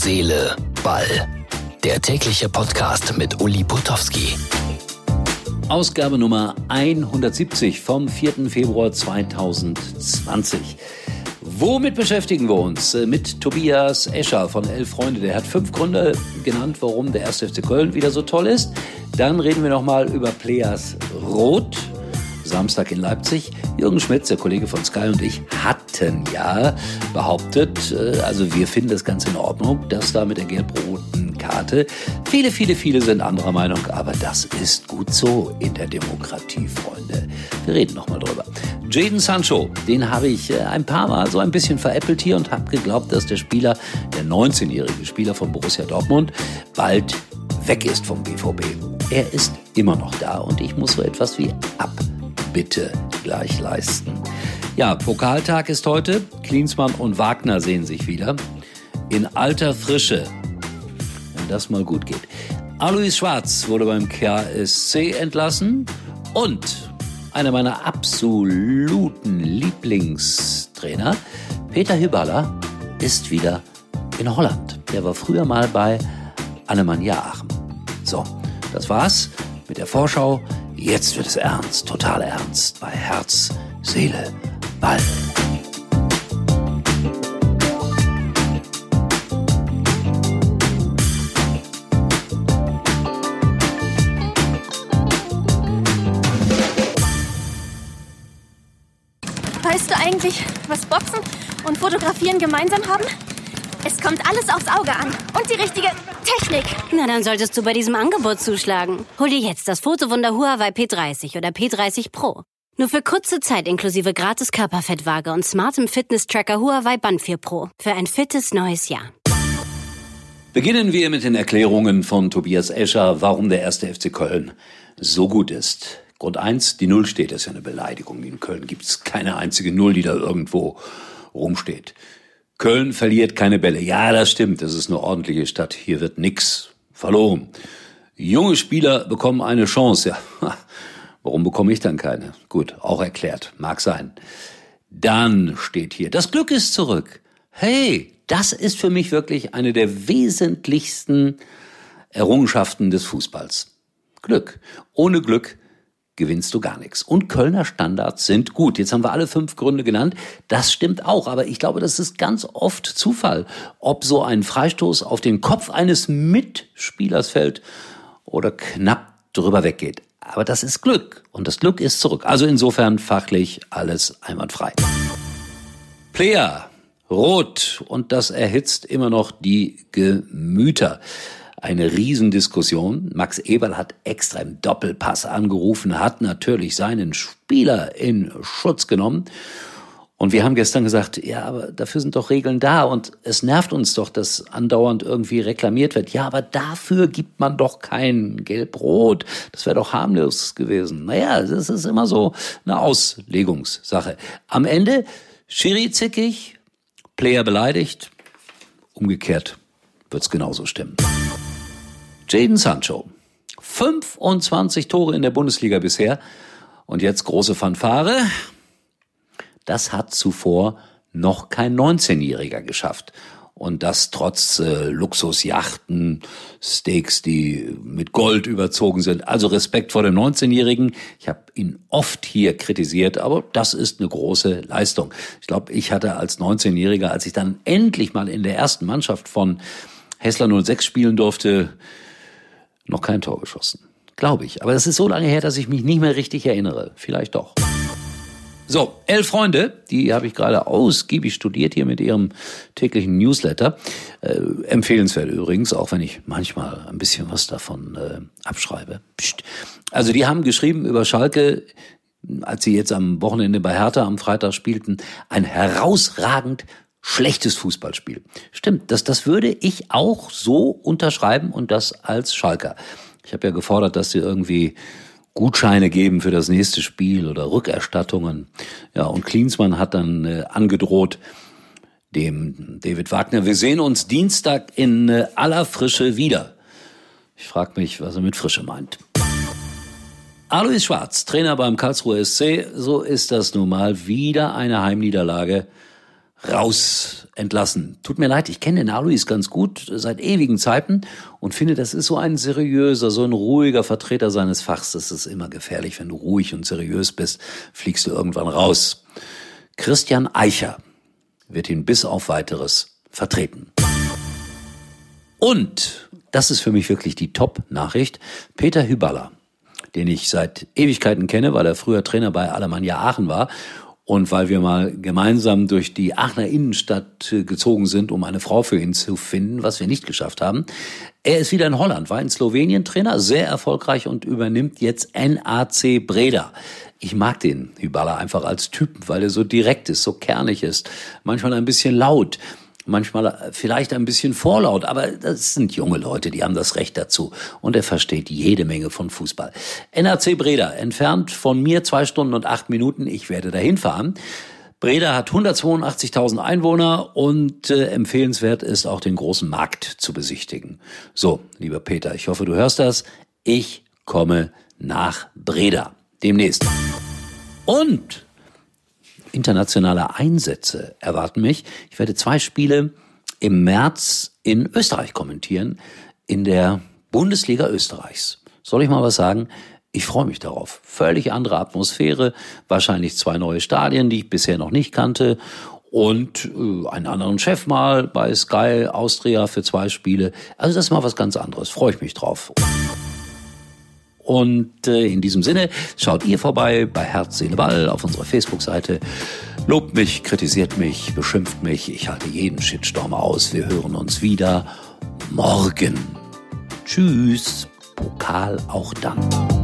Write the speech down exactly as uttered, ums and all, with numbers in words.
Seele, Ball. Der tägliche Podcast mit Uli Potowski. Ausgabe Nummer hundertsiebzig vom vierten Februar zweitausendzwanzig. Womit beschäftigen wir uns? Mit Tobias Escher von Elf Freunde. Der hat fünf Gründe genannt, warum der erste F C Köln wieder so toll ist. Dann reden wir nochmal über Players Rot. Samstag in Leipzig. Jürgen Schmitz, der Kollege von Sky, und ich hatten ja behauptet, also wir finden das Ganze in Ordnung, dass da mit der gelb-roten Karte. Viele, viele, viele sind anderer Meinung, aber das ist gut so in der Demokratie, Freunde. Wir reden nochmal drüber. Jadon Sancho, den habe ich ein paar Mal so ein bisschen veräppelt hier und habe geglaubt, dass der Spieler, der neunzehnjährige Spieler von Borussia Dortmund, bald weg ist vom B V B. Er ist immer noch da und ich muss so etwas wie Abbitte gleich leisten. Ja, Pokaltag ist heute. Klinsmann und Wagner sehen sich wieder. In alter Frische. Wenn das mal gut geht. Alois Schwarz wurde beim K S C entlassen. Und einer meiner absoluten Lieblingstrainer, Peter Hyballa, ist wieder in Holland. Der war früher mal bei Alemannia Aachen. So, das war's mit der Vorschau. Jetzt wird es ernst, total ernst, bei Herz, Seele, Ball. Weißt du eigentlich, was Boxen und Fotografieren gemeinsam haben? Es kommt alles aufs Auge an und die richtige Technik. Na, dann solltest du bei diesem Angebot zuschlagen. Hol dir jetzt das Fotowunder Huawei P dreißig oder P dreißig Pro. Nur für kurze Zeit inklusive gratis Körperfettwaage und smartem Fitness-Tracker Huawei Band vier Pro. Für ein fittes neues Jahr. Beginnen wir mit den Erklärungen von Tobias Escher, warum der erste F C Köln so gut ist. Grund eins, die Null steht, das ist ja eine Beleidigung. In Köln gibt es keine einzige Null, die da irgendwo rumsteht. Köln verliert keine Bälle. Ja, das stimmt, das ist eine ordentliche Stadt. Hier wird nix verloren. Junge Spieler bekommen eine Chance. Ja, warum bekomme ich dann keine? Gut, auch erklärt, mag sein. Dann steht hier, das Glück ist zurück. Hey, das ist für mich wirklich eine der wesentlichsten Errungenschaften des Fußballs. Glück. Ohne Glück gewinnst du gar nichts. Und Kölner Standards sind gut. Jetzt haben wir alle fünf Gründe genannt. Das stimmt auch, aber ich glaube, das ist ganz oft Zufall, ob so ein Freistoß auf den Kopf eines Mitspielers fällt oder knapp drüber weggeht. Aber das ist Glück und das Glück ist zurück. Also insofern fachlich alles einwandfrei. Player, Rot, und das erhitzt immer noch die Gemüter. Eine Riesendiskussion. Max Eberl hat extra im Doppelpass angerufen, hat natürlich seinen Spieler in Schutz genommen. Und wir haben gestern gesagt, ja, aber dafür sind doch Regeln da und es nervt uns doch, dass andauernd irgendwie reklamiert wird. Ja, aber dafür gibt man doch kein Gelb-Rot. Das wäre doch harmlos gewesen. Naja, das ist immer so eine Auslegungssache. Am Ende Schiri zickig, Player beleidigt. Umgekehrt wird's genauso stimmen. Jadon Sancho, fünfundzwanzig Tore in der Bundesliga bisher und jetzt große Fanfare. Das hat zuvor noch kein neunzehnjähriger geschafft. Und das trotz äh, Luxusjachten, Steaks, die mit Gold überzogen sind. Also Respekt vor dem neunzehnjährigen. Ich habe ihn oft hier kritisiert, aber das ist eine große Leistung. Ich glaube, ich hatte als neunzehnjähriger, als ich dann endlich mal in der ersten Mannschaft von Hessler null sechs spielen durfte, noch kein Tor geschossen. Glaube ich. Aber das ist so lange her, dass ich mich nicht mehr richtig erinnere. Vielleicht doch. So, Elf Freunde, die habe ich gerade ausgiebig studiert hier mit ihrem täglichen Newsletter. Äh, empfehlenswert übrigens, auch wenn ich manchmal ein bisschen was davon äh, abschreibe. Psst. Also die haben geschrieben über Schalke, als sie jetzt am Wochenende bei Hertha am Freitag spielten, ein herausragend schlechtes Fußballspiel. Stimmt, das, das würde ich auch so unterschreiben und das als Schalker. Ich habe ja gefordert, dass sie irgendwie Gutscheine geben für das nächste Spiel oder Rückerstattungen. Ja, und Klinsmann hat dann äh, angedroht, dem David Wagner, wir sehen uns Dienstag in äh, aller Frische wieder. Ich frage mich, was er mit Frische meint. Alois Schwarz, Trainer beim Karlsruher S C, so ist das nun mal wieder eine Heimniederlage. raus entlassen. Tut mir leid, ich kenne den Alois ganz gut seit ewigen Zeiten und finde, das ist so ein seriöser, so ein ruhiger Vertreter seines Fachs. Das ist immer gefährlich, wenn du ruhig und seriös bist, fliegst du irgendwann raus. Christian Eicher wird ihn bis auf Weiteres vertreten. Und, das ist für mich wirklich die Top-Nachricht, Peter Hyballa, den ich seit Ewigkeiten kenne, weil er früher Trainer bei Alemannia Aachen war und weil wir mal gemeinsam durch die Aachener Innenstadt gezogen sind, um eine Frau für ihn zu finden, was wir nicht geschafft haben. Er ist wieder in Holland, war in Slowenien Trainer, sehr erfolgreich und übernimmt jetzt N A C Breda. Ich mag den Hyballa einfach als Typen, weil er so direkt ist, so kernig ist, manchmal ein bisschen laut, manchmal vielleicht ein bisschen vorlaut, aber das sind junge Leute, die haben das Recht dazu. Und er versteht jede Menge von Fußball. N A C Breda, entfernt von mir zwei Stunden und acht Minuten. Ich werde dahin fahren. Breda hat hundertzweiundachtzigtausend Einwohner und äh, empfehlenswert ist auch den großen Markt zu besichtigen. So, lieber Peter, ich hoffe, du hörst das. Ich komme nach Breda demnächst. Und internationale Einsätze erwarten mich. Ich werde zwei Spiele im März in Österreich kommentieren, in der Bundesliga Österreichs. Soll ich mal was sagen? Ich freue mich darauf. Völlig andere Atmosphäre, wahrscheinlich zwei neue Stadien, die ich bisher noch nicht kannte und äh, einen anderen Chef mal bei Sky Austria für zwei Spiele. Also das ist mal was ganz anderes. Freue ich mich drauf. Und äh, in diesem Sinne, schaut ihr vorbei bei Herz, Seele, Ball auf unserer Facebook-Seite. Lobt mich, kritisiert mich, beschimpft mich. Ich halte jeden Shitstorm aus. Wir hören uns wieder morgen. Tschüss. Pokal auch dann.